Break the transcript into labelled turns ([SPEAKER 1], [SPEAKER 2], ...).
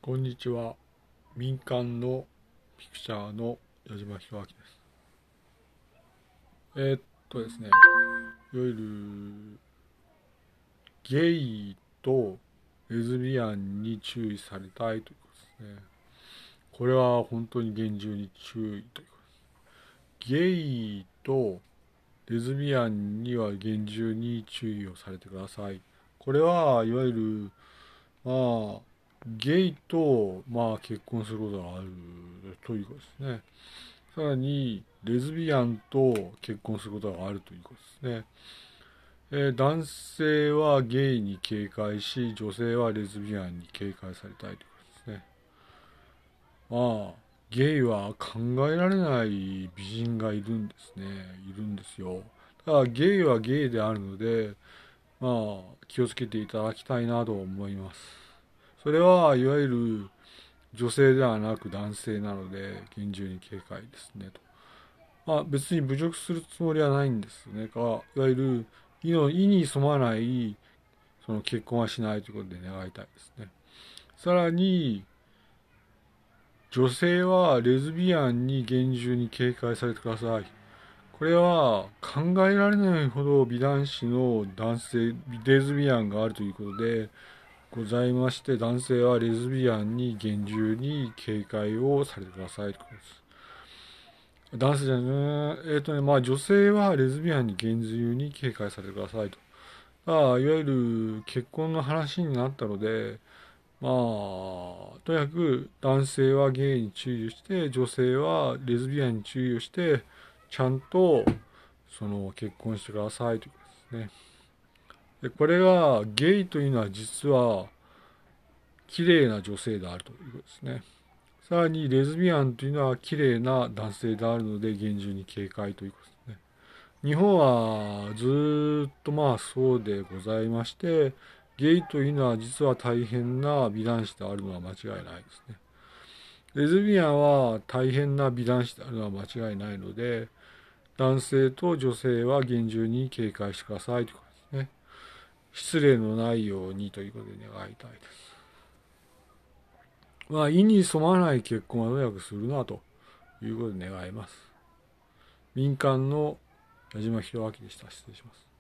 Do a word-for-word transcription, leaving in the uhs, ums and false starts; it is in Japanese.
[SPEAKER 1] こんにちは。民間のピクチャーの矢島弘明です。えーっとですね、いわゆるゲイとレズビアンに注意されたいということですね。これは本当に厳重に注意ということです。ゲイとレズビアンには厳重に注意をされてください。これはいわゆる、まあ、ゲイと、まあ、結婚することがあるということですね。さらに、レズビアンと結婚することがあるということですね。えー男性はゲイに警戒し、女性はレズビアンに警戒されたいということですね。まあ、ゲイは考えられない美人がいるんですね。いるんですよ。ただ、ゲイはゲイであるので、まあ、気をつけていただきたいなと思います。それはいわゆる女性ではなく男性なので、厳重に警戒ですねと。まあ、別に侮辱するつもりはないんですね。か、いわゆる、意の意に染まない、その結婚はしないということで願いたいですね。さらに、女性はレズビアンに厳重に警戒されてください。これは考えられないほど美男子の男性、レズビアンがあるということでございまして、男性はレズビアンに厳重に警戒をされてくださいということです。男性じゃね、えっ、とね、まあ女性はレズビアンに厳重に警戒されてくださいと。ああ、いわゆる結婚の話になったので、まあ、とにかく男性はゲイに注意をして、女性はレズビアンに注意をして、ちゃんとその結婚してくださいということですね。で、これがゲイというのは実は綺麗な女性であるということですね。さらにレズビアンというのは綺麗な男性であるので厳重に警戒ということですね。日本はずっとまあそうでございまして、ゲイというのは実は大変な美男子であるのは間違いないですね。レズビアンは大変な美男子であるのは間違いないので、男性と女性は厳重に警戒してくださいということですね。失礼のないようにということで願いたいです。まあ、意に染まらない結婚はとにかくするなということで願います。民間の矢島弘明でした。失礼します。